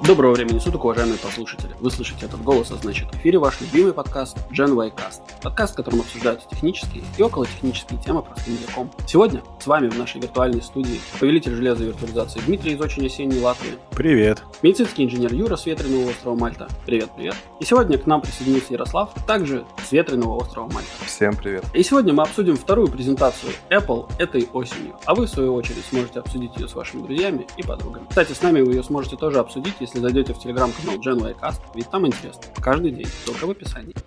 Доброго времени суток, уважаемые послушатели. Вы слышите этот голос, а значит в эфире ваш любимый подкаст Gen Y Cast. Подкаст, в котором обсуждаются технические и околотехнические темы простым языком. Сегодня с вами в нашей виртуальной студии повелитель железа и виртуализации Дмитрий из очень осенней Латвии. Привет. Медицинский инженер Юра с ветреного острова Мальта. Привет. И сегодня к нам присоединится Ярослав, также с ветреного острова Мальта. Всем привет. И сегодня мы обсудим вторую презентацию Apple этой осенью. А вы, в свою очередь, сможете обсудить ее с вашими друзьями и подругами. Кстати, с нами вы ее сможете тоже обсудить, если зайдете в телеграм-канал Gen Y Cast, ведь там интересно. Каждый день, ссылка в описании.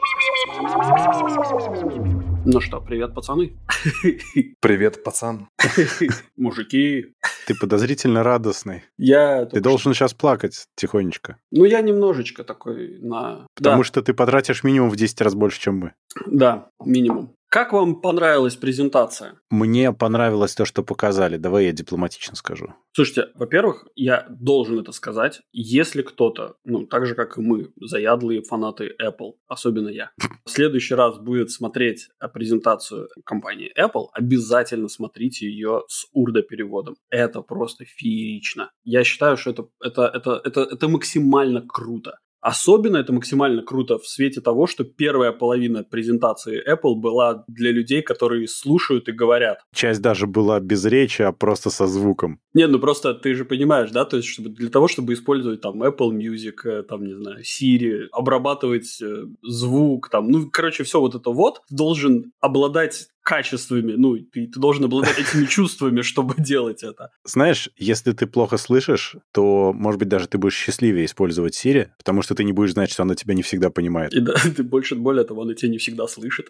Ну что, привет, пацаны. Привет, пацан. Мужики. Ты подозрительно радостный. Ты должен сейчас плакать тихонечко. Ну, я немножечко такой на... Потому что ты потратишь минимум в 10 раз больше, чем мы. Да, минимум. Как вам понравилась презентация? Мне понравилось то, что показали. Давай я дипломатично скажу. Слушайте, во-первых, я должен это сказать. Если кто-то, так же, как и мы, заядлые фанаты Apple, особенно я, в следующий раз будет смотреть презентацию компании Apple, обязательно смотрите ее с урдо-переводом. Это просто феерично. Я считаю, что это максимально круто. Особенно это максимально круто в свете того, что первая половина презентации Apple была для людей, которые слушают и говорят. Часть даже была без речи, а просто со звуком. Нет, просто ты же понимаешь, да, то есть для того, чтобы использовать там Apple Music, там, не знаю, Siri, обрабатывать звук, там, все вот это вот, должен обладать качествами, ты должен обладать этими чувствами, чтобы делать это. Знаешь, если ты плохо слышишь, то, может быть, даже ты будешь счастливее использовать Siri, потому что ты не будешь знать, что она тебя не всегда понимает. И да, более того, она тебя не всегда слышит.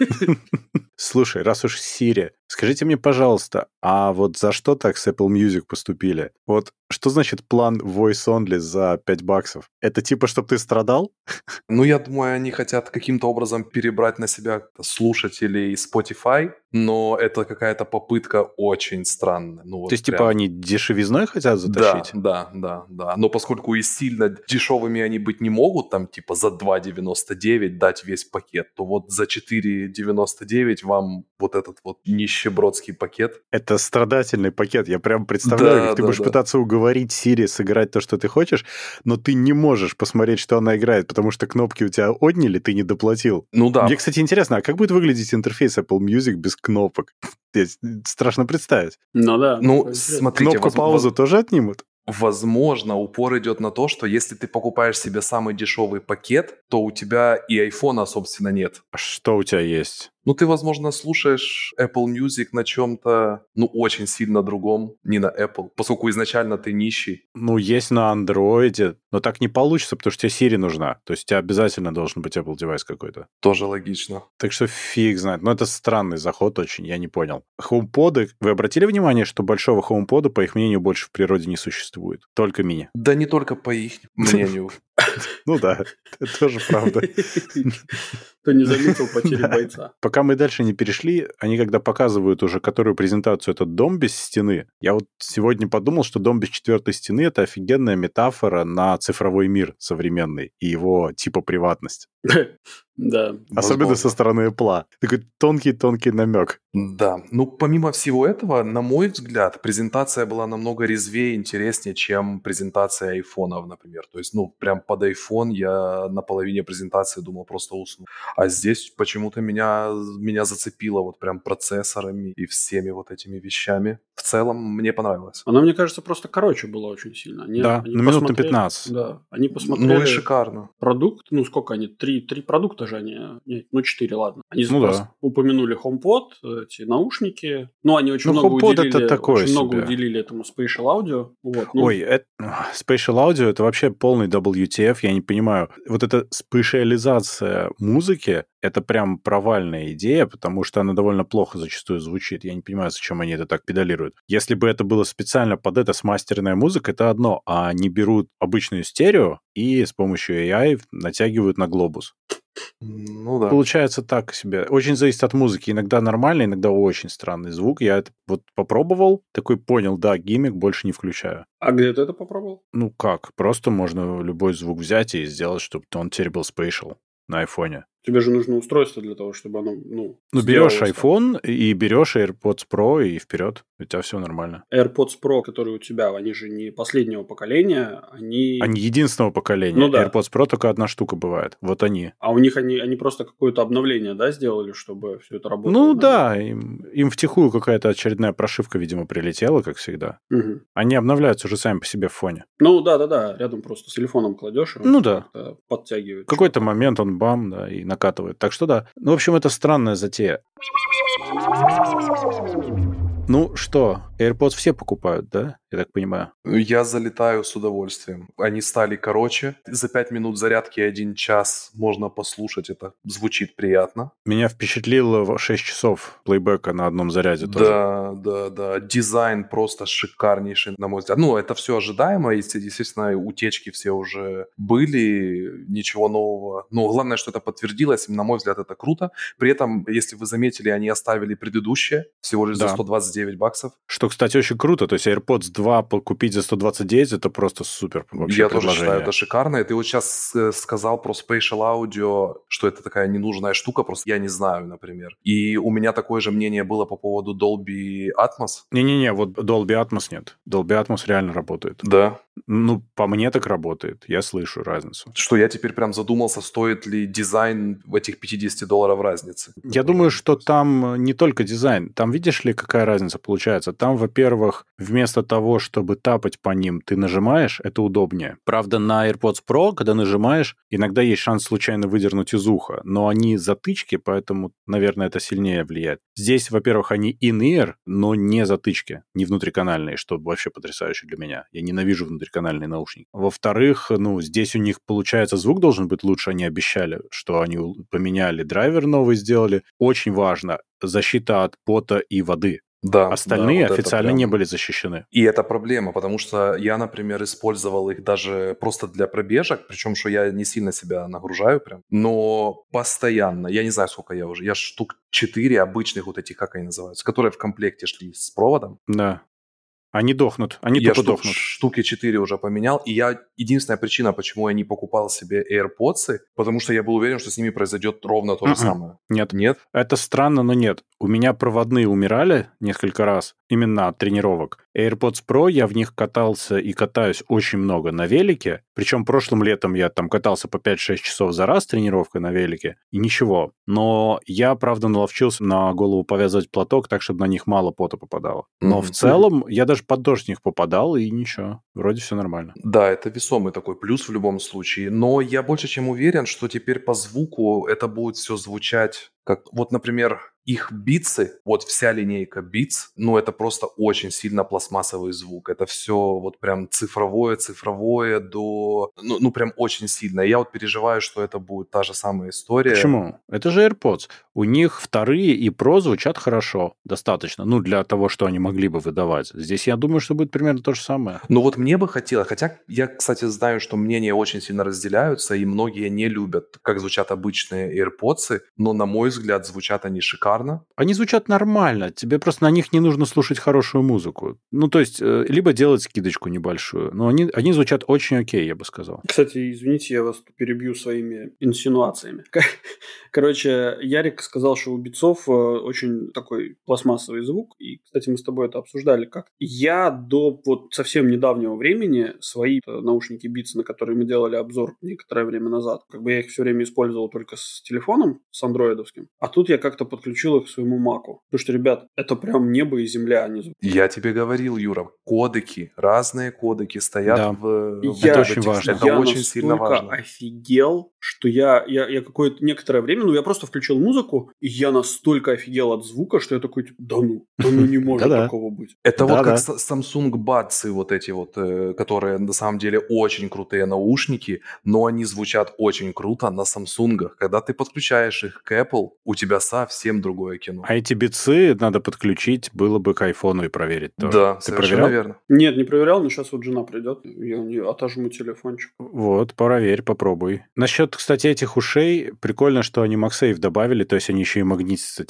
Слушай, раз уж Siri, скажите мне, пожалуйста, а вот за что так с Apple Music поступили? Вот что значит план Voice Only за $5? Это типа, чтобы ты страдал? Я думаю, они хотят каким-то образом перебрать на себя слушателей Spotify, но это какая-то попытка очень странная. То есть, типа, они дешевизной хотят затащить? Да. Но поскольку и сильно дешевыми они быть не могут, там, типа, за $2.99 дать весь пакет, то вот за $4.99 вам вот этот вот нищебродский пакет. Это страдательный пакет. Я прям представляю, как ты будешь пытаться уговорить Siri сыграть то, что ты хочешь, но ты не можешь посмотреть, что она играет, потому что кнопки у тебя отняли, ты не доплатил. Да. Мне, кстати, интересно, а как будет выглядеть интерфейс Apple Music без кнопок? Страшно представить. Да. Смотрите, кнопку паузу тоже отнимут? Возможно, упор идет на то, что если ты покупаешь себе самый дешевый пакет, то у тебя и айфона, собственно, нет. А что у тебя есть? Ты, возможно, слушаешь Apple Music на чем-то, очень сильно другом, не на Apple, поскольку изначально ты нищий. Есть на Android, но так не получится, потому что тебе Siri нужна. То есть у тебя обязательно должен быть Apple девайс какой-то. Тоже логично. Так что фиг знает. Это странный заход очень, я не понял. HomePod, вы обратили внимание, что большого HomePod, по их мнению, больше в природе не существует? Только мини. Да не только по их мнению. Да, это тоже правда. Кто не заметил потери бойца. Пока мы дальше не перешли, они когда показывают уже которую презентацию этот дом без стены, я вот сегодня подумал, что дом без четвертой стены — это офигенная метафора на цифровой мир современный и его типа приватность. Да. Особенно со стороны Apple. Такой тонкий-тонкий намек. Да. Помимо всего этого, на мой взгляд, презентация была намного резвее и интереснее, чем презентация айфонов, например. То есть, прям под iPhone я на половине презентации думал, просто усну. А здесь почему-то меня зацепило вот прям процессорами и всеми вот этими вещами. В целом, мне понравилось. Она, мне кажется, просто короче была очень сильно. Они на минут на 15. Да, они посмотрели... и шикарно. Продукт, сколько они? Три продукта же они... Нет, 4, ладно. Они упомянули HomePod, эти наушники. Они очень много уделили этому Spatial Audio. Spatial Audio — это вообще полный WTF, я не понимаю. Вот эта специализация музыки — это прям провальная идея, потому что она довольно плохо зачастую звучит. Я не понимаю, зачем они это так педалируют. Если бы это было специально под это смастеренная музыка, это одно, а они берут обычную стерео и с помощью AI натягивают на глобус. Да. Получается так себе. Очень зависит от музыки. Иногда нормальный, иногда очень странный звук. Я это вот попробовал, такой понял, да, гиммик, больше не включаю. А где ты это попробовал? Как? Просто можно любой звук взять и сделать, чтобы он теперь был spatial на айфоне. Тебе же нужно устройство для того, чтобы оно Ну, берешь сделалось так. iPhone и берешь берешь сделалось так. iPhone и берешь AirPods Pro, и вперед. У тебя все нормально. AirPods Pro, которые у тебя, они же не последнего поколения, Они они... единственного поколения. Ну да. AirPods Pro только одна штука бывает. Вот они. А у них они просто какое-то обновление, да, сделали, чтобы все это работало? Ну на да, им втихую какая-то очередная прошивка, видимо, прилетела, как всегда. Мгм. Они обновляются уже сами по себе в фоне. Ну да, рядом просто с телефоном кладешь, и он Ну да. как-то подтягивает. В какой-то чего-то. момент он бам, да, и накатывает. Так что да. Ну, в общем, это странная затея. Ну что, AirPods все покупают, да? Я так понимаю. Я залетаю с удовольствием. Они стали короче. За 5 минут зарядки 1 час можно послушать. Это звучит приятно. Меня впечатлило 6 часов плейбека на одном заряде тоже. Да. Дизайн просто шикарнейший, на мой взгляд. Ну, это все ожидаемо. Естественно, утечки все уже были. Ничего нового. Но главное, что это подтвердилось. На мой взгляд, это круто. При этом, если вы заметили, они оставили предыдущее. Всего лишь за Да. $129. Что, кстати, очень круто. То есть AirPods 2 купить за 129 это просто супер вообще Я тоже предложение. считаю, это шикарно. И ты вот сейчас сказал про Spatial Audio, что это такая ненужная штука, просто я не знаю, например. И у меня такое же мнение было по поводу Dolby Atmos. Не-не-не, вот Dolby Atmos нет. Dolby Atmos реально работает. Да. Ну, по мне так работает. Я слышу разницу. Что я теперь прям задумался, стоит ли дизайн в этих $50 разницы. Я думаю, что там не только дизайн. Там, видишь ли, какая разница получается? Там, во-первых, вместо того, чтобы тапать по ним, ты нажимаешь, это удобнее. Правда, на AirPods Pro, когда нажимаешь, иногда есть шанс случайно выдернуть из уха. Но они затычки, поэтому, наверное, это сильнее влияет. Здесь, во-первых, они in-ear, но не затычки, не внутриканальные, что вообще потрясающе для меня. Я ненавижу внутриканальные наушники. Во-вторых, здесь у них, получается, звук должен быть лучше. Они обещали, что они поменяли драйвер новый, сделали. Очень важно, защита от пота и воды. Да, Остальные вот это официально прям- не были защищены. И это проблема, потому что я, например, использовал их даже просто для пробежек, причем, что я не сильно себя нагружаю прям, но постоянно, я не знаю, сколько я штук 4 обычных вот этих, как они называются, которые в комплекте шли с проводом. Да. Они дохнут, они Я тупо дохнут. штуки 4 уже поменял, и единственная причина, почему я не покупал себе AirPods, потому что я был уверен, что с ними произойдет ровно то же самое. Нет. Нет? Это странно, но нет. У меня проводные умирали несколько раз, именно от тренировок. AirPods Pro, я в них катался и катаюсь очень много на велике. Причем прошлым летом я там катался по 5-6 часов за раз тренировкой на велике, и ничего. Но я, правда, наловчился на голову повязывать платок так, чтобы на них мало пота попадало. Но в целом я даже под дождь в них попадал, и ничего. Вроде все нормально. Да, это весомый такой плюс в любом случае. Но я больше чем уверен, что теперь по звуку это будет все звучать как... Вот, например, их битсы, вот вся линейка Beats, это просто очень сильно пластмассовый звук. Это все вот прям цифровое до... прям очень сильно. Я вот переживаю, что это будет та же самая история. Почему? Это же AirPods. У них вторые и Pro звучат хорошо, достаточно. Для того, что они могли бы выдавать. Здесь я думаю, что будет примерно то же самое. Но вот мне бы хотелось, хотя я, кстати, знаю, что мнения очень сильно разделяются, и многие не любят, как звучат обычные AirPods, но, на мой взгляд, звучат они шикарно. Они звучат нормально, тебе просто на них не нужно слушать хорошую музыку. То есть, либо делать скидочку небольшую, но они звучат очень окей, я бы сказал. Кстати, извините, я вас перебью своими инсинуациями. Короче, Ярик сказал, что у битцов очень такой пластмассовый звук, и, кстати, мы с тобой это обсуждали как. Я до вот совсем недавнего времени свои наушники Beats, на которые мы делали обзор некоторое время назад, я их все время использовал только с телефоном, с андроидовским, а тут я как-то подключил их к своему Маку. Потому что, ребят, это прям небо и земля, а не звук. Я тебе говорил, Юра, разные кодеки стоят Да. это очень важно. Это очень сильно важно. Офигел, что я какое-то некоторое время, я просто включил музыку, и я настолько офигел от звука, что я такой, да не может такого быть. Это вот как Samsung Buds вот эти вот, которые на самом деле очень крутые наушники, но они звучат очень круто на Samsung. Когда ты подключаешь их к Apple, у тебя совсем другое кино. А эти битсы надо подключить, было бы к айфону и проверить тоже. Да, Ты совершенно проверял? верно. Нет, не проверял, но сейчас вот жена придет, я у нее отожму телефончик. Вот, проверь, попробуй. Насчет, кстати, этих ушей, прикольно, что они MagSafe добавили, то есть они еще и магнитятся теперь.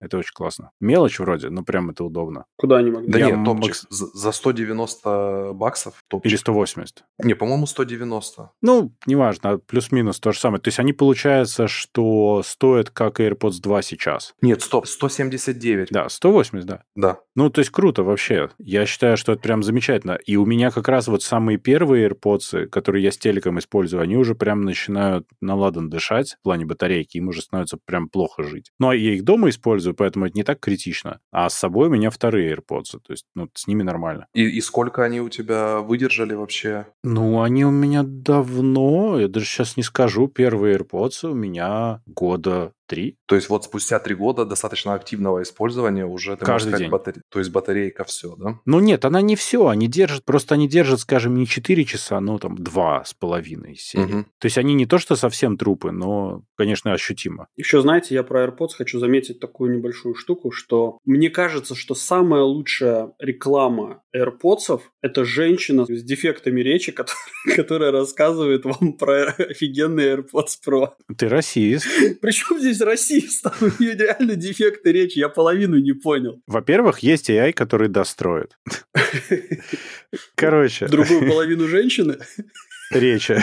Это очень классно. Мелочь вроде, но прям это удобно. Куда они могли? Да Я нет, топчик. За 190 баксов топчик. Или 180. Не, по-моему, 190. Ну, неважно, плюс-минус то же самое. То есть они, получается, что стоят как AirPods 2 сейчас. Нет, стоп, 179. Да, 180, да. Да. Ну, то есть круто вообще. Я считаю, что это прям замечательно. И у меня как раз вот самые первые AirPods, которые я с телеком использую, они уже прям начинают на ладан дышать в плане батарейки, им уже становится прям плохо жить. Ну, а я их дома использую, поэтому это не так критично. А с собой у меня вторые AirPods, то есть, ну, с ними нормально. И сколько они у тебя выдержали вообще? Ну, они у меня давно, я даже сейчас не скажу, первые AirPods у меня года 3. То есть вот спустя 3 года достаточно активного использования уже ты Каждый можешь сказать, день. то есть батарейка все, да? Ну нет, она не все, они держат, скажем, не 4 часа, но там 2,5 из серии. Мгм. То есть они не то, что совсем трупы, но, конечно, ощутимо. Еще, знаете, я про AirPods хочу заметить такую небольшую штуку, что мне кажется, что самая лучшая реклама AirPods – это женщина с дефектами речи, которая рассказывает вам про офигенные AirPods Pro. Ты расист. Причем здесь расист? Там у нее реально дефекты речи, я половину не понял. Во-первых, есть AI, который достроит. Короче. Другую половину женщины? Речи.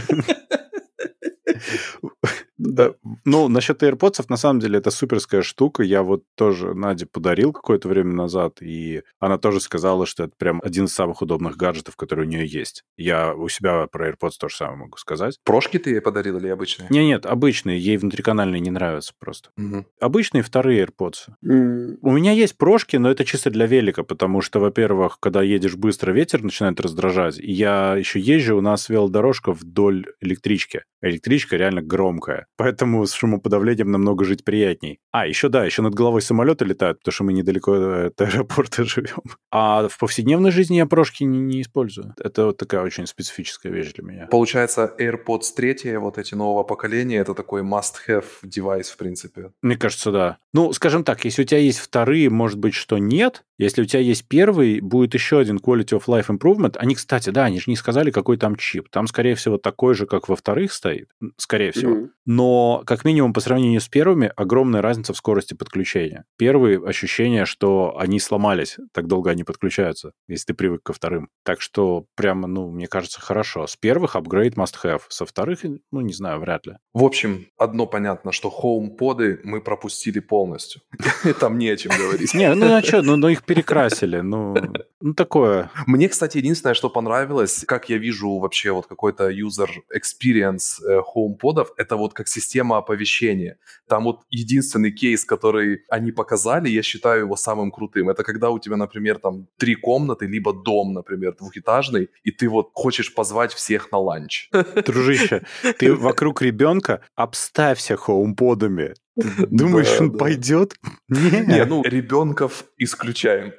Да. Ну, насчет AirPods, на самом деле, это суперская штука. Я вот тоже Наде подарил какое-то время назад, и она тоже сказала, что это прям один из самых удобных гаджетов, которые у нее есть. Я у себя про AirPods то же самое могу сказать. Прошки ты ей подарил или обычные? Нет, обычные. Ей внутриканальные не нравятся просто. Мгм. Обычные вторые AirPods. У меня есть прошки, но это чисто для велика, потому что, во-первых, когда едешь быстро, ветер начинает раздражать. И я еще езжу, у нас велодорожка вдоль электрички. Электричка реально громкая. Поэтому с шумоподавлением намного жить приятней. Еще над головой самолеты летают, потому что мы недалеко от аэропорта живем. А в повседневной жизни я прошки не использую. Это вот такая очень специфическая вещь для меня. Получается, AirPods 3, вот эти нового поколения, это такой must-have девайс, в принципе. Мне кажется, да. Ну, скажем так, если у тебя есть вторые, может быть, что нет. Если у тебя есть первый, будет еще один Quality of Life Improvement. Они, кстати, да, они же не сказали, какой там чип. Там, скорее всего, такой же, как во вторых стоит. Скорее всего. Но, как минимум, по сравнению с первыми, огромная разница в скорости подключения. Первые ощущения, что они сломались, так долго они подключаются, если ты привык ко вторым. Так что, прямо, мне кажется, хорошо. С первых апгрейд must have. Со вторых, не знаю, вряд ли. В общем, одно понятно, что HomePod'ы мы пропустили полностью. Там не о чем говорить. Их перекрасили, такое. Мне, кстати, единственное, что понравилось, как я вижу вообще вот какой-то user experience HomePod'ов, это вот как система оповещения. Там вот единственный кейс, который они показали, я считаю его самым крутым. Это когда у тебя, например, там 3 комнаты, либо дом, например, двухэтажный, и ты вот хочешь позвать всех на ланч. Дружище, ты вокруг ребенка обставься хоумподами. Ты думаешь, он пойдет? Не, ребенков исключаем.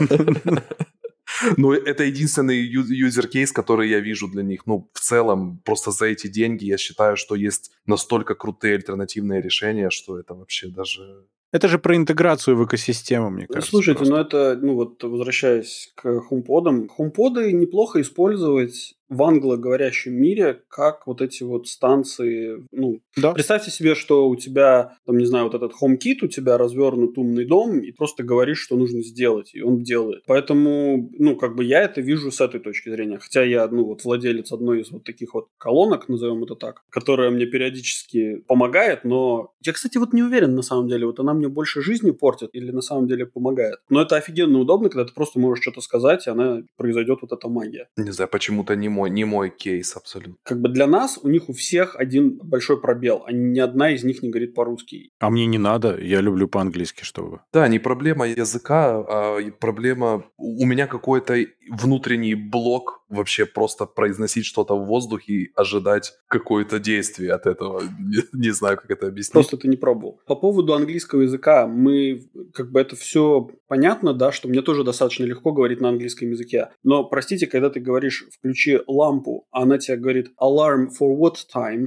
Но это единственный юзер-кейс, который я вижу для них. В целом, просто за эти деньги я считаю, что есть настолько крутые альтернативные решения, что это вообще даже... Это же про интеграцию в экосистему, мне кажется. Слушайте, возвращаясь к HomePod'ам, HomePod'ы неплохо использовать в англоговорящем мире, как вот эти вот станции, Да. Представьте себе, что у тебя, вот этот HomeKit, у тебя развернут умный дом, и просто говоришь, что нужно сделать, и он делает. Поэтому, я это вижу с этой точки зрения. Хотя я, владелец одной из вот таких вот колонок, назовем это так, которая мне периодически помогает, но я, кстати, не уверен, на самом деле, она мне больше жизни портит или на самом деле помогает. Но это офигенно удобно, когда ты просто можешь что-то сказать, и произойдет вот эта магия. Не знаю, почему-то не мой кейс абсолютно. Для нас, у них у всех один большой пробел. Ни одна из них не говорит по-русски. А мне не надо, я люблю по-английски, чтобы... Да, не проблема языка, а проблема... У меня какой-то внутренний блок вообще просто произносить что-то в воздухе и ожидать какое-то действие от этого. Не знаю, как это объяснить. Просто ты не пробовал. По поводу английского языка, это все понятно, да, что мне тоже достаточно легко говорить на английском языке. Но, простите, когда ты говоришь «включи лампу», а она тебе говорит «alarm for what time?»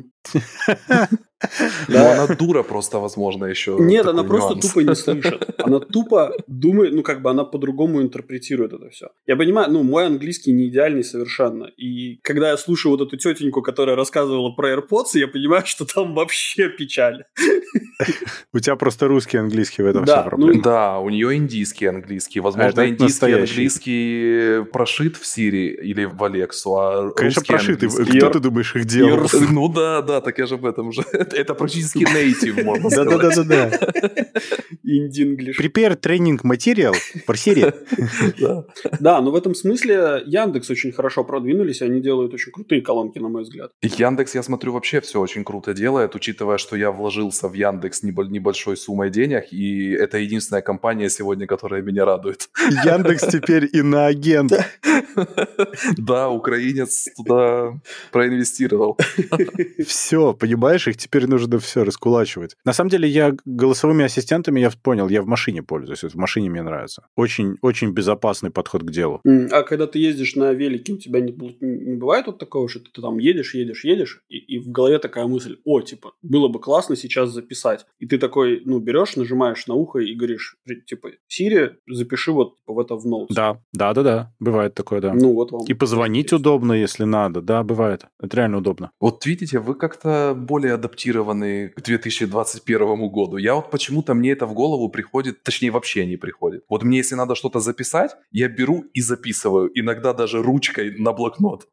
Да. Она дура просто, возможно, еще. Нет, она просто тупо не слышит. Она тупо думает, она по-другому интерпретирует это все. Я понимаю, мой английский не идеальный совершенно. И когда я слушаю вот эту тетеньку, которая рассказывала про AirPods, я понимаю, что там вообще печаль. У тебя просто русский и английский в этом Да, вся проблема. Да, у нее индийский английский. Возможно, это индийский настоящий. английский прошит в Siri или в Алексу, а Конечно, русский прошитый. английский... Кто ты думаешь их делал? Ну да, так я же об этом же. Это практически native, можно сказать. Да-да-да-да. Инди-инглиш. Prepare training material for Siri. Да, но в этом смысле Яндекс очень хорошо продвинулись, и они делают очень крутые колонки, на мой взгляд. Яндекс, я смотрю, вообще все очень круто делает, учитывая, что я вложился в Яндекс небольшой суммой денег, и это единственная компания сегодня, которая меня радует. Яндекс теперь иноагент. Да, украинец туда проинвестировал. Все, понимаешь, их теперь нужно все раскулачивать. На самом деле, я голосовыми ассистентами, я понял, я в машине пользуюсь. В машине мне нравится. Очень, очень безопасный подход к делу. А когда ты ездишь на велике, у тебя не бывает вот такого, что ты там едешь, и в голове такая мысль: о, типа, было бы классно сейчас записать. И ты такой, берешь, нажимаешь на ухо и говоришь, типа, Siri, запиши вот типа, в это в ноут. Да. Бывает такое, да. Ну, вот вам. И позвонить удобно, если надо. Да, бывает. Это реально удобно. Вот видите, вы как-то более адаптированы к 2021 году. Я вот почему-то мне это в голову приходит, точнее вообще не приходит. Вот мне если надо что-то записать, я беру и записываю, иногда даже ручкой на блокнот.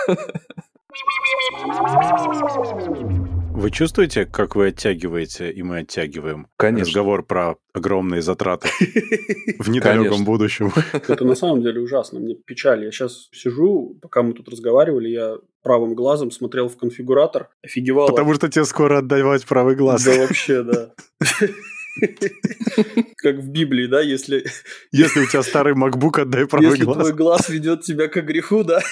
Вы чувствуете, как вы оттягиваете, и мы оттягиваем разговор про огромные затраты в недалеком будущем? Это на самом деле ужасно, мне печаль. Я сейчас сижу, пока мы тут разговаривали, я правым глазом смотрел в конфигуратор, офигевал. Потому что тебе скоро отдавать правый глаз. Да вообще, да. Как в Библии, да, если... Если у тебя старый MacBook, отдай правый глаз. Если твой глаз ведет тебя к греху, да.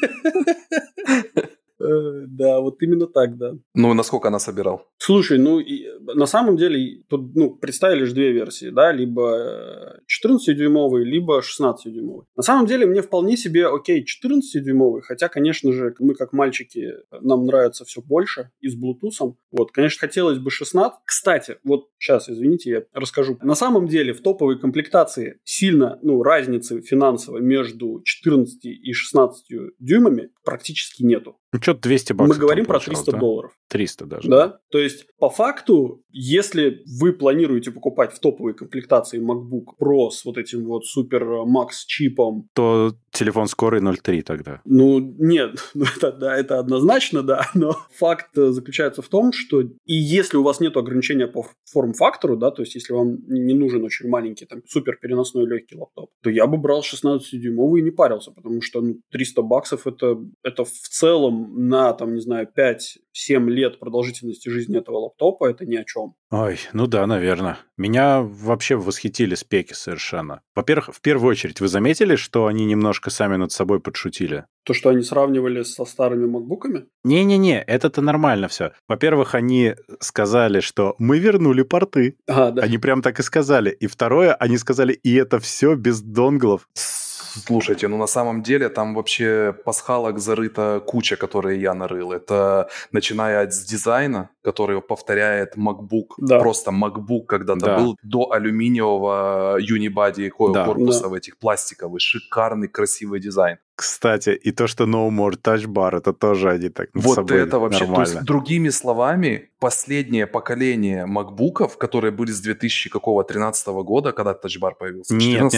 Да, вот именно так, да. Ну, насколько она собирал? Слушай, на самом деле, тут, представили же две версии, да, либо 14-дюймовый, либо 16-дюймовый. На самом деле, мне вполне себе окей 14-дюймовый, хотя, конечно же, мы как мальчики, нам нравится все больше и с Bluetooth. Вот, конечно, хотелось бы 16. Кстати, вот сейчас, извините, я расскажу. На самом деле, в топовой комплектации сильно, разницы финансовой между 14 и 16 дюймами практически нету. Что-то 200 баксов. Мы говорим про $300. 300 даже. Да? То есть, по факту, если вы планируете покупать в топовой комплектации MacBook Pro с вот этим вот супер Max чипом, то телефон скорый 0.3 тогда. Нет, это однозначно, да, но факт заключается в том, что и если у вас нет ограничения по форм-фактору, да, то есть если вам не нужен очень маленький, там, супер переносной легкий лаптоп, то я бы брал 16-дюймовый и не парился, потому что $300 это в целом на, там, не знаю, 5-7 лет продолжительности жизни этого лаптопа, это ни о чем. Ой, да, наверное. Меня вообще восхитили спеки совершенно. Во-первых, в первую очередь, вы заметили, что они немножко сами над собой подшутили? То, что они сравнивали со старыми макбуками? Не-не-не, это-то нормально все. Во-первых, они сказали, что мы вернули порты. Да. Они прям так и сказали. И второе, они сказали, и это все без донглов. Слушайте, на самом деле там вообще пасхалок зарыта куча, которые я нарыл. Это начиная с дизайна, который повторяет MacBook. Да. Просто MacBook когда-то был до алюминиевого unibody корпуса в этих пластиковых. Шикарный, красивый дизайн. Кстати, и то, что No More Touch Bar, это тоже они так над собой это вообще, нормально. То есть, другими словами, последнее поколение макбуков, которые были с 2013 года, когда Touch Bar появился? Нет,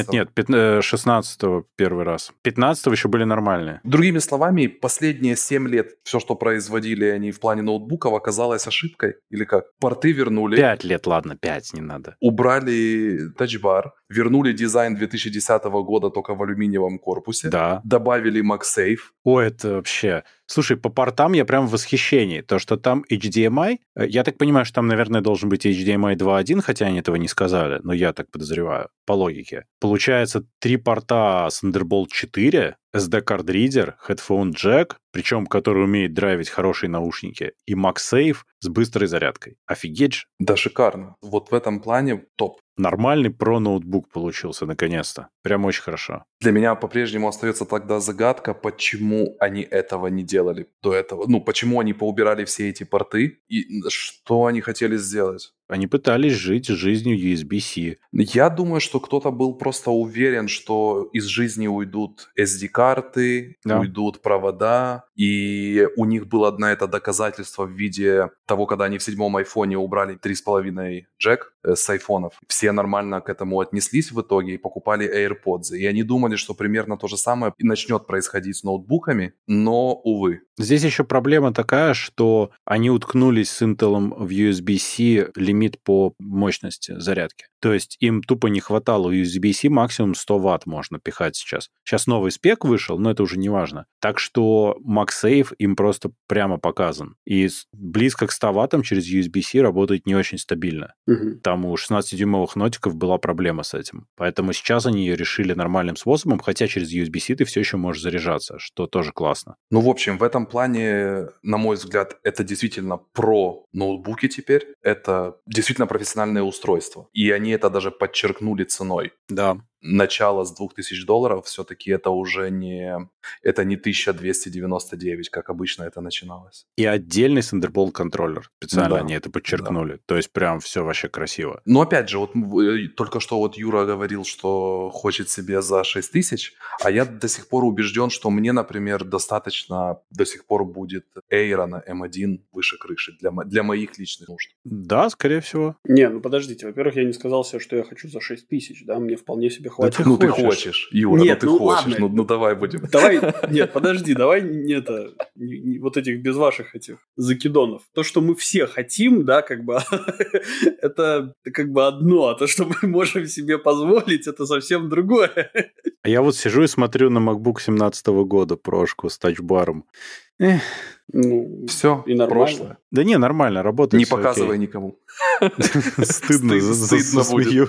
16-го первый раз. 15-го еще были нормальные. Другими словами, последние 7 лет все, что производили они в плане ноутбуков, оказалось ошибкой? Или как? Порты вернули. 5 лет, ладно, 5 не надо. Убрали Touch Bar, вернули дизайн 2010 года только в алюминиевом корпусе. Да. Добавили MagSafe. Ой, это вообще... Слушай, по портам я прям в восхищении. То, что там HDMI, я так понимаю, что там, наверное, должен быть HDMI 2.1, хотя они этого не сказали, но я так подозреваю, по логике. Получается, 3 порта Thunderbolt 4, SD-card reader, headphone jack, причем который умеет драйвить хорошие наушники, и MagSafe с быстрой зарядкой. Офигеть же. Да, шикарно. Вот в этом плане топ. Нормальный про-ноутбук получился, наконец-то. Прям очень хорошо. Для меня по-прежнему остается тогда загадка, почему они этого не делали до этого. Почему они поубирали все эти порты и что они хотели сделать? Они пытались жить жизнью USB-C. Я думаю, что кто-то был просто уверен, что из жизни уйдут SD-карты, Да. уйдут провода, и у них было на это доказательство в виде того, когда они в 7-м айфоне убрали 3,5 джек с айфонов. Все нормально к этому отнеслись в итоге и покупали AirPods. И они думали, что примерно то же самое начнет происходить с ноутбуками, но, увы. Здесь еще проблема такая, что они уткнулись с Intel в USB-C лимит по мощности зарядки. То есть им тупо не хватало USB-C, максимум 100 Вт можно пихать сейчас. Сейчас новый спек вышел, но это уже не важно. Так что MagSafe им просто прямо показан. И близко к 100 Ваттам через USB-C работает не очень стабильно. Там у 16-дюймовых нотиков была проблема с этим. Поэтому сейчас они ее решили нормальным способом, хотя через USB-C ты все еще можешь заряжаться, что тоже классно. Ну, в общем, в этом плане, на мой взгляд, это действительно про ноутбуки теперь. Это действительно профессиональное устройство. И они это даже подчеркнули ценой. Да. Начало с $2000 все-таки это уже не 1299, как обычно это начиналось. И отдельный Thunderbolt контроллер. Специально Да, они это подчеркнули. да. То есть прям все вообще красиво. Но опять же, вот только что вот Юра говорил, что хочет себе за 6000, а я до сих пор убежден, что мне, например, достаточно до сих пор будет Air на M1 выше крыши для моих личных нужд. Да, скорее всего. Не, ну подождите. Во-первых, я не сказал себе, что я хочу за 6000, да, мне вполне себе хватит. ты Ну ты хочешь, Юра, Нет, ну ты ну хочешь, ладно. ну давай будем. Давай, нет, подожди, давай вот этих без ваших этих закидонов. То, что мы все хотим, да, как бы, это как бы одно, а то, что мы можем себе позволить, это совсем другое. А я вот сижу и смотрю на MacBook 17 года, прошку с тачбаром. Ну, Все, и нормально. прошлое. Да не, нормально, работает. Не всё показывай окей. никому. Стыдно, Стыдно будет. засмеют.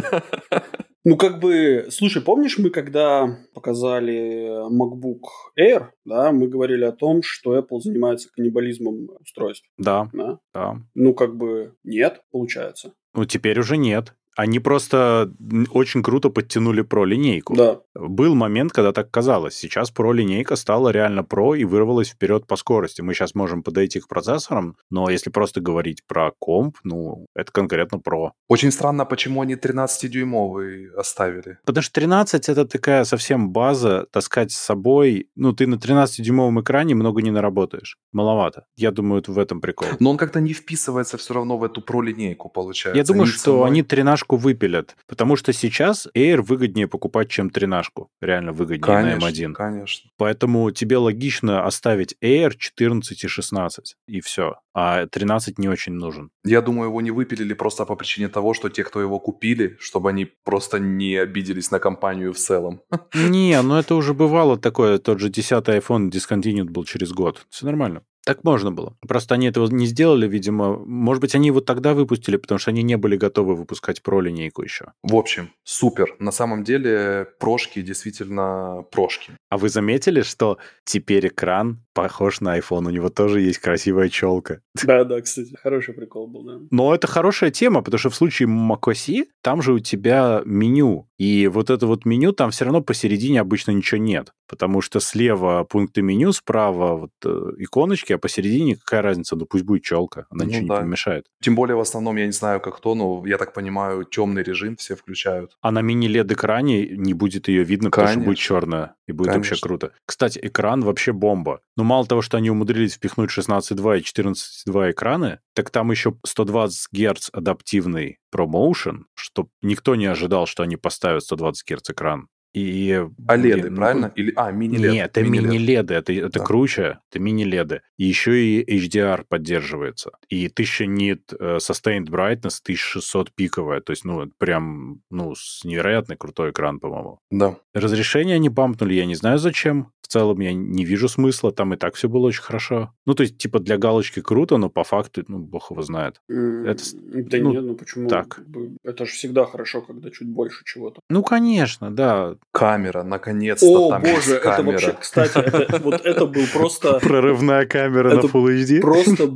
Ну, как бы, слушай, помнишь, мы когда показали MacBook Air, да, мы говорили о том, что Apple занимается каннибализмом устройств. Да, Да? да. Ну, как бы, нет, получается. Ну, теперь уже нет. Они просто очень круто подтянули Pro-линейку. Да. Был момент, когда так казалось. Сейчас Pro-линейка стала реально Pro и вырвалась вперед по скорости. Мы сейчас можем подойти к процессорам, но если просто говорить про комп, ну, это конкретно Pro. Очень странно, почему они 13-дюймовый оставили. Потому что 13 — это такая совсем база, таскать с собой. Ну, ты на 13-дюймовом экране много не наработаешь. Маловато. Я думаю, это в этом прикол. Но он как-то не вписывается все равно в эту Pro-линейку, получается. Я думаю, Ни что ценой. они 13-шку выпилят, потому что сейчас Air выгоднее покупать, чем 13-шку. Реально выгоднее Конечно, на M1. конечно. Поэтому тебе логично оставить Air 14 и 16, и все. А 13 не очень нужен. Я думаю, его не выпилили просто по причине того, что те, кто его купили, чтобы они просто не обиделись на компанию в целом. Не, ну это уже бывало такое. Тот же 10-й iPhone discontinued был через год. Все нормально. Так можно было. Просто они этого не сделали, видимо. Может быть, они его тогда выпустили, потому что они не были готовы выпускать Pro-линейку еще. В общем, супер. На самом деле, прошки действительно прошки. А вы заметили, что теперь экран похож на iPhone? У него тоже есть красивая челка. Да, кстати, хороший прикол был, да. Но это хорошая тема, потому что в случае macOS там же у тебя меню. И вот это вот меню, там все равно посередине обычно ничего нет. Потому что слева пункты меню, справа вот иконочки, а посередине какая разница? Ну пусть будет челка, она Ну ничего да. не помешает. Тем более, в основном, я не знаю, как кто, но я так понимаю, темный режим все включают. А на мини-LED-экране не будет ее видно, потому что будет Конечно. черная. И будет вообще Конечно. круто. Кстати, экран вообще бомба. Но мало того, что они умудрились впихнуть 16.2 и 14.2 экраны, так там еще 120 Гц адаптивный ProMotion, что никто не ожидал, что они поставят 120 Гц экран. И, OLED, правильно? Или, мини-LED. Нет, это мини-леды, это Да. круче, это мини-леды. И еще и HDR поддерживается. И 1000 nit Sustained Brightness, 1600 пиковая. То есть, ну, это прям, ну, невероятно крутой экран, по-моему. Да. Разрешение они бампнули, я не знаю зачем. В целом я не вижу смысла, там и так все было очень хорошо. Ну, то есть, типа, для галочки круто, но по факту, ну, бог его знает. Это, Да ну, нет, ну почему? так. Как бы, это же всегда хорошо, когда чуть больше чего-то. Ну, конечно, да. Камера, наконец-то О, там боже, есть это камера. вообще, кстати, вот это был просто... Прорывная камера на Это Full HD. Просто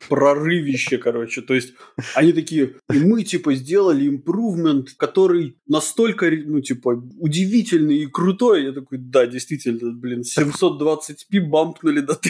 прорывище, короче. То есть они такие, и мы, типа, сделали improvement, который настолько, ну, типа, удивительный и крутой. Я такой, да, действительно, блин, 720p бампнули до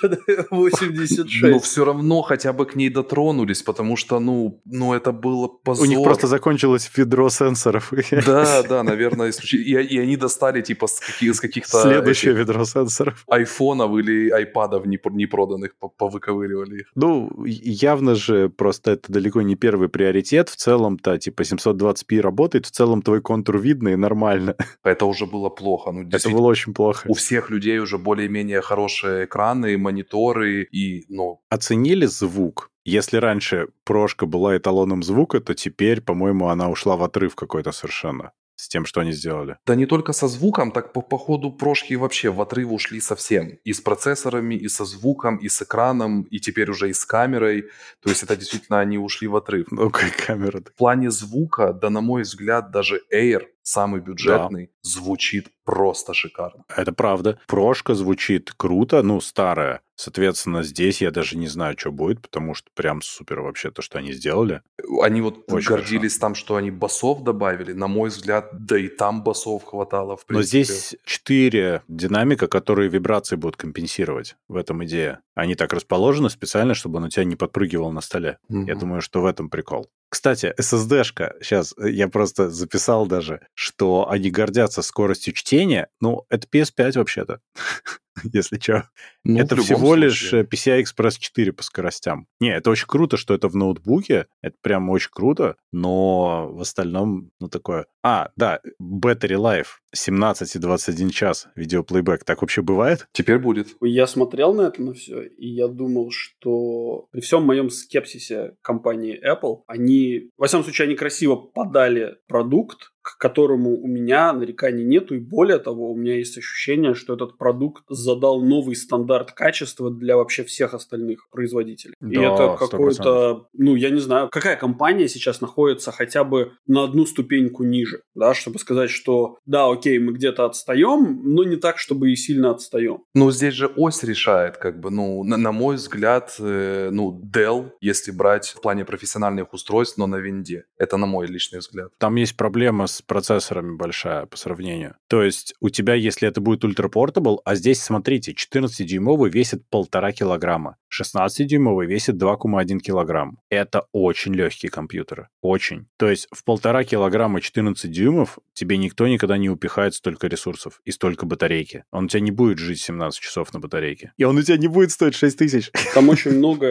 1086. Но все равно хотя бы к ней дотронулись, потому что, ну это было позор. У них просто закончилось ведро сенсоров. Да, наверное, и они достали, типа, с каких-то... Следующее ведро сенсоров. Айфонов или айпадов непроданных повыковыривали их. Ну, явно же просто это далеко не первый приоритет. В целом-то, типа, 720p работает, в целом твой контур видно и нормально. Это уже было плохо. Ну, это было очень плохо. У всех людей уже более-менее хорошие экраны, мониторы и, ну... Оценили звук? Если раньше прошка была эталоном звука, то теперь, по-моему, она ушла в отрыв какой-то совершенно с тем, что они сделали. Да не только со звуком, так по ходу прошки вообще в отрыв ушли совсем. И с процессорами, и со звуком, и с экраном, и теперь уже и с камерой. То есть это действительно они ушли в отрыв. Ну, как камера. В плане звука, да, на мой взгляд, даже Air, самый бюджетный, звучит просто шикарно. Это правда. Прошка звучит круто, ну, старая. Соответственно, здесь я даже не знаю, что будет, потому что прям супер вообще то, что они сделали. Они вот очень гордились хорошо. там, что они басов добавили. На мой взгляд, да и там басов хватало, в принципе. Но здесь 4 динамика, которые вибрации будут компенсировать. В этом идея. Они так расположены специально, чтобы он у тебя не подпрыгивал на столе. Я думаю, что в этом прикол. Кстати, SSD-шка, сейчас я просто записал даже, что они гордятся скоростью чтения. Ну, это PS5 вообще-то, если что. Ну, это всего лишь PCI Express 4 по скоростям. Не, это очень круто, что это в ноутбуке. Это прям очень круто, но в остальном, ну, такое... да, Battery Life 17 и 21 час видеоплейбэк. Так вообще бывает? Теперь будет. Я смотрел на это на все, и я думал, что при всем моем скепсисе компании Apple, они, во всяком случае, они красиво подали продукт, к которому у меня нареканий нету, и более того, у меня есть ощущение, что этот продукт задал новый стандарт качества для вообще всех остальных производителей. Да, и это какой-то, ну, я не знаю, какая компания сейчас находится хотя бы на одну ступеньку ниже, да, чтобы сказать, что да, окей, мы где-то отстаем, но не так, чтобы и сильно отстаем. Ну, здесь же ось решает, как бы, ну, на мой взгляд, Dell, если брать в плане профессиональных устройств, но на винде. Это на мой личный взгляд. Там есть проблема с процессорами большая по сравнению. То есть у тебя, если это будет Ultra Portable, а здесь, смотрите, 14-дюймовый весит 1,5 килограмма, 16-дюймовый весит 2,1 килограмм. Это очень легкие компьютеры. Очень. То есть в 1,5 килограмма 14 дюймов тебе никто никогда не упихает столько ресурсов и столько батарейки. Он у тебя не будет жить 17 часов на батарейке. И он у тебя не будет стоить 6 тысяч. Там очень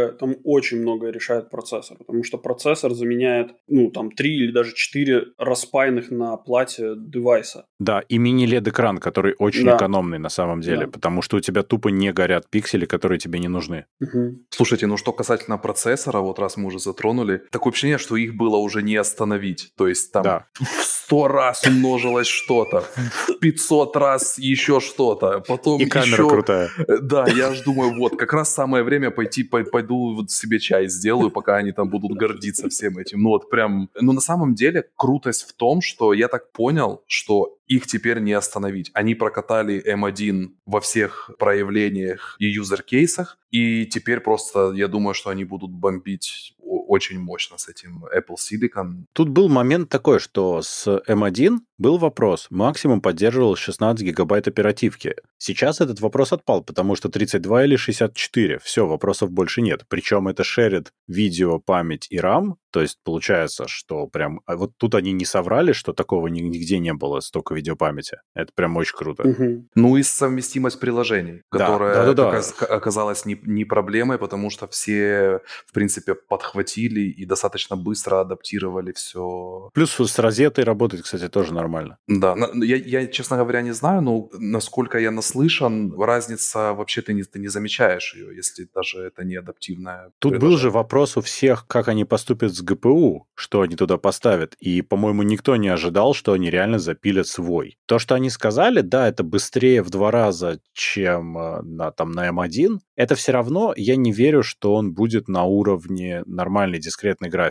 многое решает процессор, потому что процессор заменяет, ну, там, 3 или даже 4 распаянных на плате девайса. Да, и мини-LED-экран, который очень экономный на самом деле, потому что у тебя тупо не горят пиксели, которые тебе не нужны. Слушайте, ну что касательно процессора, вот раз мы уже затронули, такое ощущение, что их было уже не остановить. То есть там в 100 раз умножилось что-то, в 500 раз еще что-то, потом и камера еще... крутая. Да, я ж думаю, вот, как раз самое время пойду вот себе чай сделаю, пока они там будут гордиться всем этим. Ну вот прям... Ну на самом деле крутость в том, что я так понял, что их теперь не остановить. Они прокатали M1 во всех проявлениях и юзер-кейсах, и теперь просто, я думаю, что они будут бомбить очень мощно с этим Apple Silicon. Тут был момент такой, что с M1 был вопрос. Максимум поддерживал 16 гигабайт оперативки. Сейчас этот вопрос отпал, потому что 32 или 64. Все, вопросов больше нет. Причем это шерит видео, память и RAM. То есть получается, что прям... Вот тут они не соврали, что такого нигде не было, столько видеопамяти. Это прям очень круто. Ну и совместимость приложений, которая оказалась не проблемой, потому что все, в принципе, подхватили и достаточно быстро адаптировали все. Плюс с розетой работает, кстати, тоже нормально. Да, я, честно говоря, не знаю, но насколько я наслышан, разница вообще ты не замечаешь ее, если даже это не адаптивная. Тут был же вопрос у всех, как они поступят с GPU, что они туда поставят, и, по-моему, никто не ожидал, что они реально запилят свой. То, что они сказали, да, это быстрее в 2 раза, чем на M1, это все равно, я не верю, что он будет на уровне нормальной дискретной графики.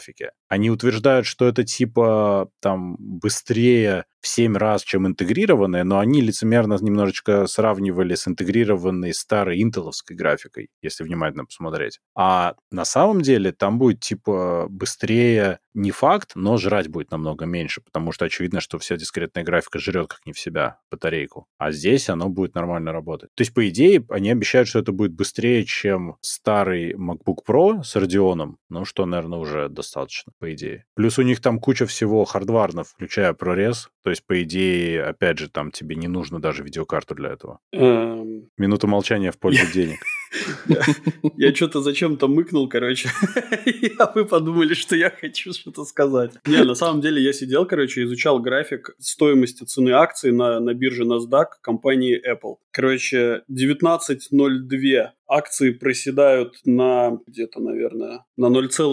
Они утверждают, что это типа там быстрее в 7 раз, чем интегрированные, но они лицемерно немножечко сравнивали с интегрированной старой интеловской графикой, если внимательно посмотреть. А на самом деле там будет типа быстрее не факт, но жрать будет намного меньше, потому что очевидно, что вся дискретная графика жрет как не в себя батарейку. А здесь оно будет нормально работать. То есть, по идее, они обещают, что это будет быстрее, чем старый MacBook Pro с Radeon, ну, что, наверное, уже достаточно, по идее. Плюс у них там куча всего хардварно, включая ProRes. То есть, по идее, опять же, там тебе не нужно даже видеокарту для этого. Минута молчания в пользу денег. Я что-то зачем-то мыкнул, короче, а вы подумали, что я хочу что-то сказать. Не, на самом деле я сидел, короче, изучал график стоимости цены акций на бирже NASDAQ компании Apple. Короче, 19.02 акции проседают на где-то, наверное, на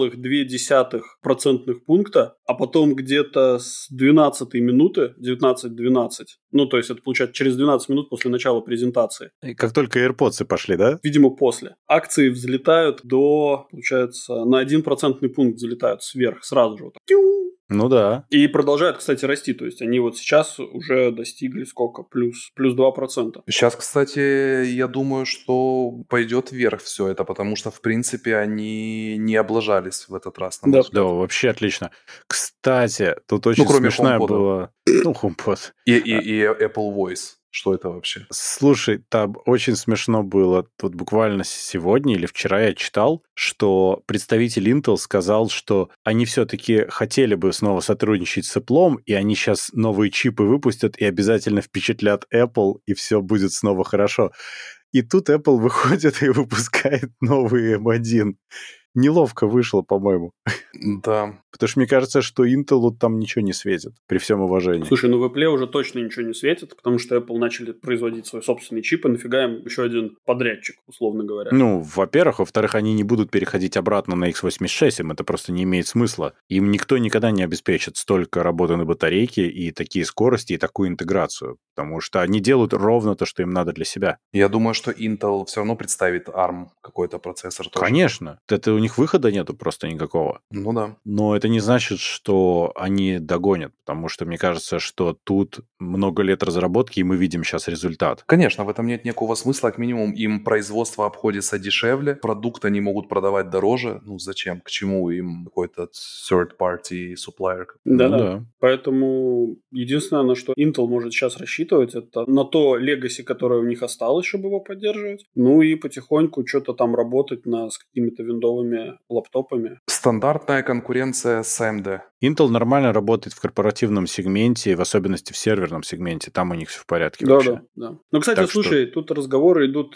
0,2% пункта, а потом где-то с 12 минуты, 19:12, ну, то есть это получается через 12 минут после начала презентации. И как только AirPods пошли, да? Видимо, после. Акции взлетают до, получается, на 1% пункт взлетают сверх, сразу же вот так. Ну да. И продолжают, кстати, расти. То есть они вот сейчас уже достигли сколько? Плюс 2%. Сейчас, кстати, я думаю, что пойдет вверх все это, потому что, в принципе, они не облажались в этот раз. Да, вообще отлично. Кстати, тут очень смешная была... Ну, HomePod. И Apple Voice. Что это вообще? Слушай, там очень смешно было. Тут буквально сегодня или вчера я читал, что представитель Intel сказал, что они все-таки хотели бы снова сотрудничать с Apple, и они сейчас новые чипы выпустят и обязательно впечатлят Apple, и все будет снова хорошо. И тут Apple выходит и выпускает новый M1. Неловко вышло, по-моему. Да. Потому что мне кажется, что Intel там ничего не светит, при всем уважении. Слушай, ну в Apple уже точно ничего не светит, потому что Apple начали производить свой собственный чип, и нафига им еще один подрядчик, условно говоря. Ну, во-первых. Во-вторых, они не будут переходить обратно на x86, им это просто не имеет смысла. Им никто никогда не обеспечит столько работы на батарейке и такие скорости, и такую интеграцию, потому что они делают ровно то, что им надо для себя. Я думаю, что Intel все равно представит ARM какой-то процессор тоже. Конечно. Это у них выхода нету просто никакого. Ну да. Но это не значит, что они догонят, потому что мне кажется, что тут много лет разработки, и мы видим сейчас результат. Конечно, в этом нет никакого смысла. Как минимум, им производство обходится дешевле, продукт они могут продавать дороже. Ну зачем? К чему им какой-то third-party supplier? Да. Поэтому единственное, на что Intel может сейчас рассчитывать, это на то legacy, которое у них осталось, чтобы его поддерживать. Ну и потихоньку что-то там работать с какими-то виндовыми лаптопами. Стандартная конкуренция с AMD. Intel нормально работает в корпоративном сегменте, в особенности в серверном сегменте. Там у них все в порядке вообще. Да. Ну, кстати, слушай, тут разговоры идут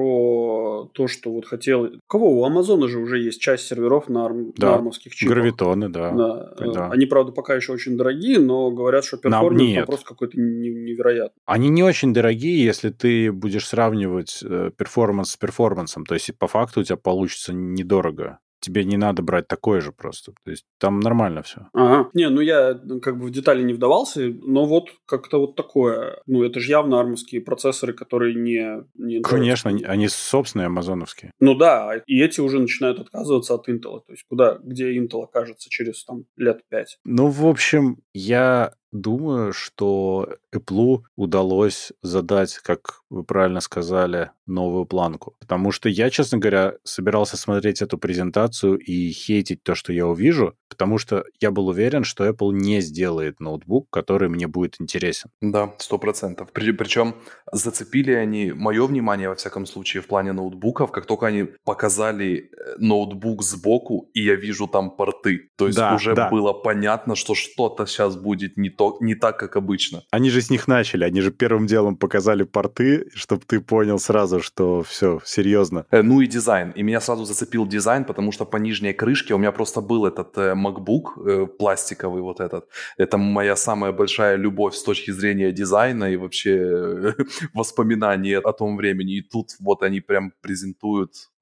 про то, что вот хотел... У кого? У Амазона же уже есть часть серверов на армовских чипах. Гравитоны, да. Они, правда, пока еще очень дорогие, но говорят, что перформанс там просто какой-то невероятный. Они не очень дорогие, если ты будешь сравнивать перформанс с перформансом. То есть, по факту у тебя получится недорого. Тебе не надо брать такое же просто. То есть там нормально все. Ага. Не, ну я как бы в детали не вдавался, но вот как-то вот такое. Ну, это же явно армовские процессоры, которые не Конечно, они собственные амазоновские. Ну да, и эти уже начинают отказываться от Intel. То есть где Intel окажется через там лет 5. Ну, в общем, я думаю, что Apple удалось задать, как вы правильно сказали, новую планку. Потому что я, честно говоря, собирался смотреть эту презентацию и хейтить то, что я увижу, потому что я был уверен, что Apple не сделает ноутбук, который мне будет интересен. Да, 100%. Причем зацепили они мое внимание, во всяком случае, в плане ноутбуков, как только они показали ноутбук сбоку, и я вижу там порты. То есть уже было понятно, что что-то сейчас будет не так, как обычно. Они же с них начали. Они же первым делом показали порты, чтобы ты понял сразу, что все, серьезно. Ну и дизайн. И меня сразу зацепил дизайн, потому что по нижней крышке у меня просто был этот MacBook пластиковый вот этот. Это моя самая большая любовь с точки зрения дизайна и вообще воспоминаний о том времени. И тут вот они прям презентуют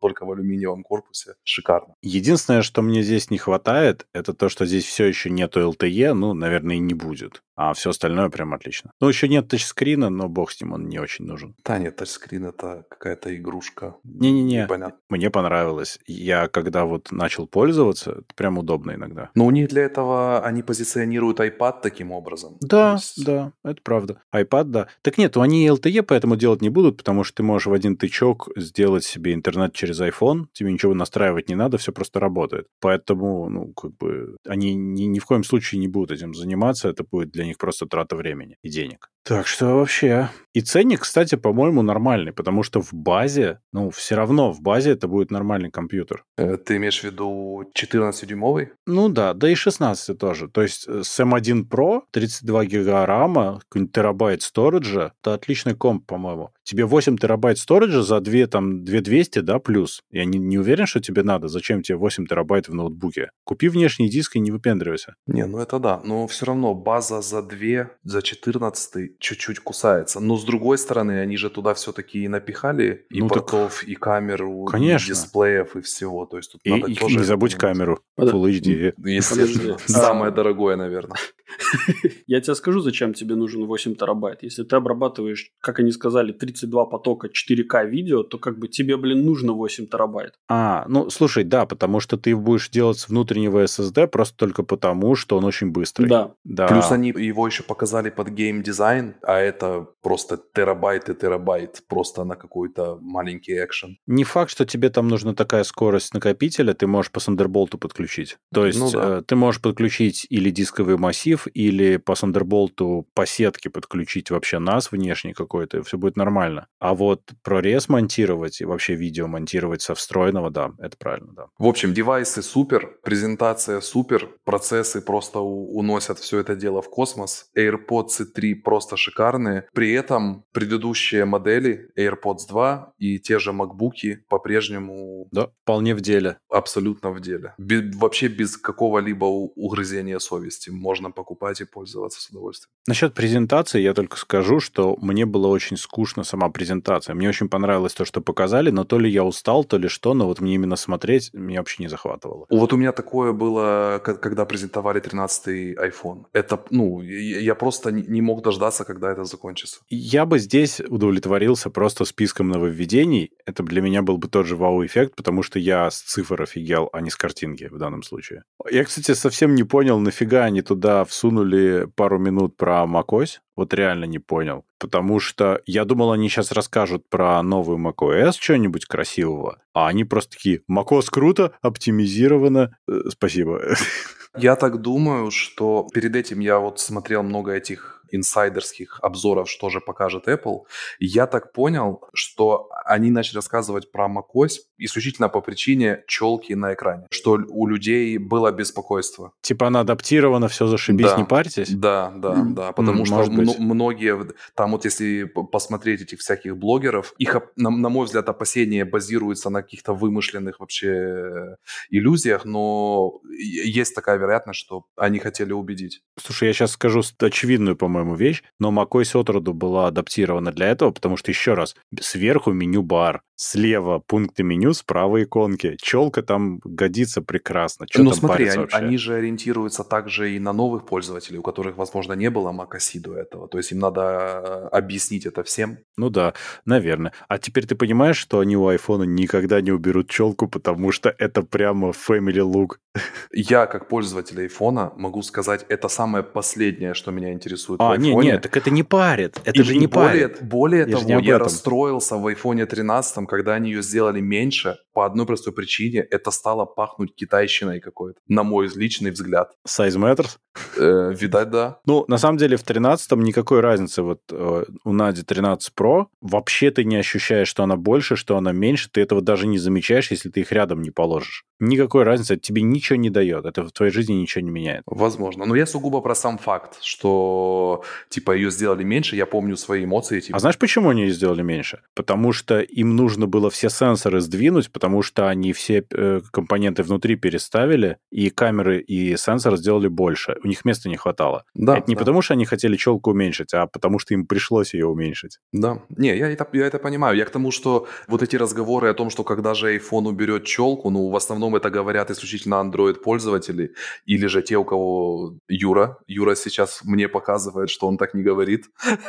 только в алюминиевом корпусе. Шикарно. Единственное, что мне здесь не хватает, это то, что здесь все еще нету LTE, ну, наверное, и не будет. А все остальное прям отлично. Ну, еще нет тачскрина, но бог с ним, он не очень нужен. Да нет, тачскрин это какая-то игрушка. Не-не-не, Непонятно. мне понравилось. Я когда вот начал пользоваться, это прям удобно иногда. Но у них для этого они позиционируют iPad таким образом. Да, да, это правда. iPad, да. Так нет, они LTE поэтому делать не будут, потому что ты можешь в один тычок сделать себе интернет через iPhone, тебе ничего настраивать не надо, все просто работает. Поэтому, ну, как бы, они ни в коем случае не будут этим заниматься, это будет для них просто трата времени и денег. Так что вообще... И ценник, кстати, по-моему, нормальный, потому что в базе, ну, все равно в базе это будет нормальный компьютер. Ты имеешь в виду 14-дюймовый? Ну да, да и 16 тоже. То есть с M1 Pro 32 гига рама, какой-нибудь терабайт сториджа, это отличный комп, по-моему. Тебе 8 терабайт сториджа за 2200, да, плюс. Я не уверен, что тебе надо. Зачем тебе 8 терабайт в ноутбуке? Купи внешний диск и не выпендривайся. Не, ну это да. Но все равно база за 2, за 14 чуть-чуть кусается. Но с другой стороны, они же туда все-таки и напихали и Ну так, портов, и камеру, и конечно. дисплеев, и всего. То есть тут И надо тоже не это забудь понимать. камеру Подо- Full HD. Естественно. Подожди. Самое дорогое, наверное. Я тебе скажу, зачем тебе нужен 8 терабайт. Если ты обрабатываешь, как они сказали, 32 потока 4К видео, то как бы тебе, нужно 8 терабайт. Ну, слушай, да, потому что ты будешь делать с внутреннего SSD просто только потому, что он очень быстрый. Да. Да. Плюс они его еще показали под геймдизайн, а это просто терабайт и терабайт просто на какой-то маленький экшен. Не факт, что тебе там нужна такая скорость накопителя, ты можешь по Thunderbolt подключить. То есть Ну да. ты можешь подключить или дисковый массив, или по Thunderbolt по сетке подключить вообще NAS внешний какой-то, и все будет нормально. А вот ProRes монтировать и вообще видео монтировать со встроенного, да, это правильно, да. В общем, девайсы супер, презентация супер, процессы просто уносят все это дело в космос. AirPods 3 просто шикарные. При этом предыдущие модели AirPods 2 и те же MacBook'и по-прежнему Да, вполне в деле. абсолютно в деле. Вообще без какого-либо угрызения совести. Можно покупать и пользоваться с удовольствием. Насчет презентации я только скажу, что мне было очень скучно сама презентация. Мне очень понравилось то, что показали, но то ли я устал, то ли что, но вот мне именно смотреть меня вообще не захватывало. Вот у меня такое было, когда презентовали 13-й iPhone. Это, я просто не мог дождаться, когда это закончится. Я бы здесь удовлетворился просто списком нововведений. Это для меня был бы тот же вау-эффект, потому что я с цифр офигел, а не с картинки в данном случае. Я, кстати, совсем не понял, нафига они туда всунули пару минут про macOS. Вот реально не понял. Потому что я думал, они сейчас расскажут про новую macOS, что-нибудь красивого, а они просто такие: macOS круто, оптимизировано. Спасибо. Я так думаю, что перед этим я вот смотрел много этих инсайдерских обзоров, что же покажет Apple. И я так понял, что они начали рассказывать про macOS исключительно по причине челки на экране, что у людей было беспокойство. Типа она адаптирована, все зашибись, Да. не парьтесь? Да, потому что может быть. многие, там вот если посмотреть этих всяких блогеров, их, на мой взгляд, опасения базируются на каких-то вымышленных вообще иллюзиях, но есть такая вероятность, что они хотели убедить. Слушай, я сейчас скажу очевидную, по-моему, вещь, но macOS отроду была адаптирована для этого, потому что, еще раз, сверху меню-бар, слева пункты меню, справа иконки. Челка там годится прекрасно. Что там смотри, париться вообще? они же ориентируются также и на новых пользователей, у которых, возможно, не было macOS до этого. То есть им надо объяснить это всем. Ну да, наверное. А теперь ты понимаешь, что они у айфона никогда не уберут челку, потому что это прямо family look. Я, как пользователь айфона, могу сказать, это самое последнее, что меня интересует в айфоне. Нет, так это не парит. Это же не парит. Более Я же не того, об я этом. расстроился в iPhone 13, когда они ее сделали меньше, по одной простой причине. Это стало пахнуть китайщиной какой-то, на мой личный взгляд. Size matters? Видать, да. Ну, на самом деле, в 13-м никакой разницы. Вот у Нади 13 Pro вообще ты не ощущаешь, что она больше, что она меньше. Ты этого даже не замечаешь, если ты их рядом не положишь. Никакой разницы. Это тебе ничего не дает. Это в твоей жизни ничего не меняет. Возможно. Но я сугубо про сам факт, что, типа, ее сделали меньше. Я помню свои эмоции. Типа... А знаешь, почему они ее сделали меньше? Потому что им нужно было все сенсоры сдвинуть, потому что они все компоненты внутри переставили, и камеры, и сенсоры сделали больше. У них места не хватало. Да, это не потому, что они хотели челку уменьшить, а потому что им пришлось ее уменьшить. Да. Не, я это понимаю. Я к тому, что вот эти разговоры о том, что когда же iPhone уберет челку, ну, в основном это говорят исключительно Android-пользователи, или же те, у кого Юра сейчас мне показывает, что он так не говорит.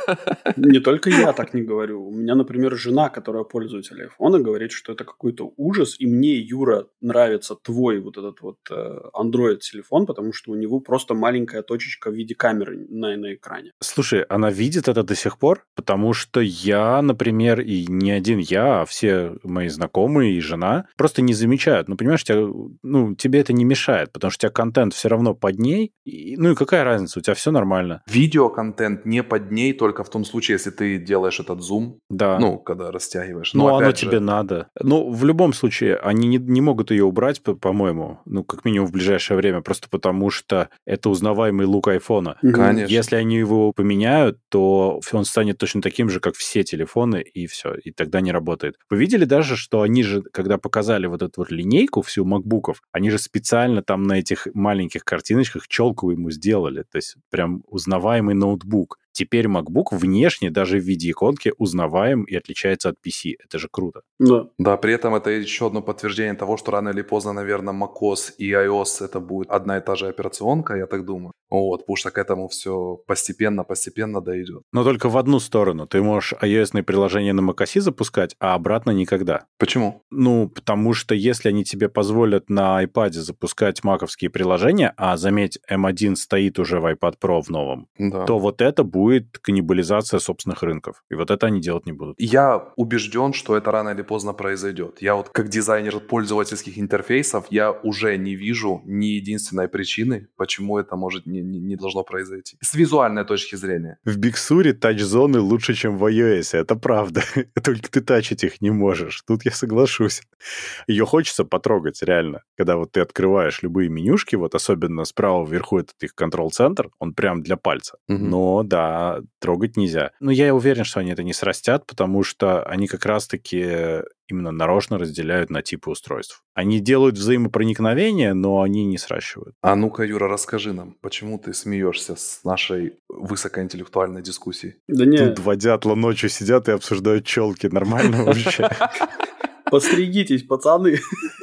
Не только я так не говорю. У меня, например, жена, которая пользуется iPhone, говорит, что это какой-то ужас, и мне, Юра, нравится твой вот этот вот Android-телефон, потому что у него просто маленькая точечка в виде камеры на экране. Слушай, она видит это до сих пор? Потому что я, например, и не один я, а все мои знакомые и жена просто не замечают. Ну, понимаешь, тебе это не мешает, потому что у тебя контент все равно под ней. И какая разница? У тебя все нормально. Видеоконтент не под ней только в том случае, если ты делаешь этот зум. Да. Ну, когда растягиваешь. Но оно тебе надо. Ну, в любом случае, они не могут ее убрать, по-моему, как минимум в ближайшее время, просто потому что это узнаваемый лук айфона. Конечно. Если они его поменяют, то он станет точно таким же, как все телефоны, и все, и тогда не работает. Вы видели даже, что они же, когда показали вот эту вот линейку всю макбуков, они же специально там на этих маленьких картиночках челку ему сделали, то есть прям узнаваемый ноутбук. Теперь MacBook внешне, даже в виде иконки, узнаваем и отличается от PC. Это же круто. Да. Да, при этом это еще одно подтверждение того, что рано или поздно, наверное, macOS и iOS это будет одна и та же операционка, я так думаю. Вот, потому что к этому все постепенно дойдет. Но только в одну сторону. Ты можешь iOS-ные приложения на macOS запускать, а обратно никогда. Почему? Потому что если они тебе позволят на iPad запускать маковские приложения, а, заметь, M1 стоит уже в iPad Pro в новом, да, то вот это будет каннибализация собственных рынков. И вот это они делать не будут. Я убежден, что это рано или поздно произойдет. Я вот как дизайнер пользовательских интерфейсов, я уже не вижу ни единственной причины, почему это может не должно произойти. С визуальной точки зрения. В Big Sur тач-зоны лучше, чем в iOS. Это правда. Только ты тачить их не можешь. Тут я соглашусь. Ее хочется потрогать, реально. Когда вот ты открываешь любые менюшки, вот особенно справа вверху этот их контрол-центр, он прям для пальца. Но да, трогать нельзя. Но я уверен, что они это не срастят, потому что они как раз-таки именно нарочно разделяют на типы устройств. Они делают взаимопроникновение, но они не сращивают. А ну-ка, Юра, расскажи нам, почему ты смеешься с нашей высокоинтеллектуальной дискуссией? Да не. Тут два дятла ночью сидят и обсуждают челки. Нормально вообще? Постригитесь, пацаны.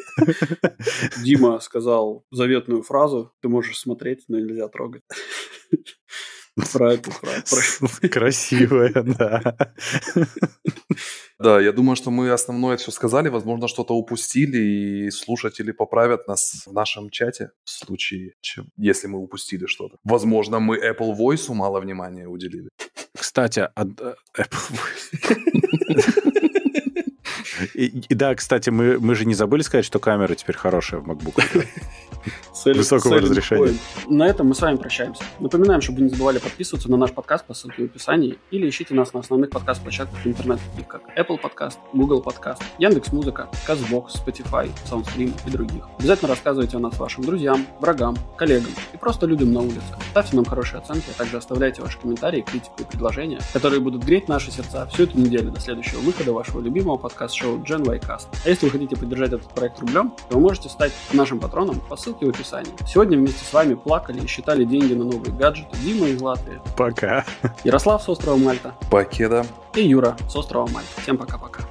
Дима сказал заветную фразу: ты можешь смотреть, но нельзя трогать. Про эту фразу. Красивая, да. Да, я думаю, что мы основное все сказали. Возможно, что-то упустили, и слушатели поправят нас в нашем чате в случае, если мы упустили что-то. Возможно, мы Apple Voice мало внимания уделили. Кстати, Apple Voice... И да, кстати, мы же не забыли сказать, что камера теперь хорошая в MacBook. Высокого разрешения. На этом мы с вами прощаемся. Напоминаем, чтобы вы не забывали подписываться на наш подкаст по ссылке в описании или ищите нас на основных подкаст-площадках интернета, таких как Apple Podcast, Google Podcast, Яндекс.Музыка, Castbox, Spotify, SoundStream и других. Обязательно рассказывайте о нас вашим друзьям, врагам, коллегам и просто людям на улице. Ставьте нам хорошие оценки, а также оставляйте ваши комментарии, критику и предложения, которые будут греть наши сердца всю эту неделю до следующего выхода вашего любимого подкаст-шоу Gen Y Cast. А если вы хотите поддержать этот проект рублем, то вы можете стать нашим патроном по ссылке в описании. Сегодня вместе с вами плакали и считали деньги на новые гаджеты Дима из Латвии. Пока. Ярослав с острова Мальта. Покеда. И Юра с острова Мальта. Всем пока-пока.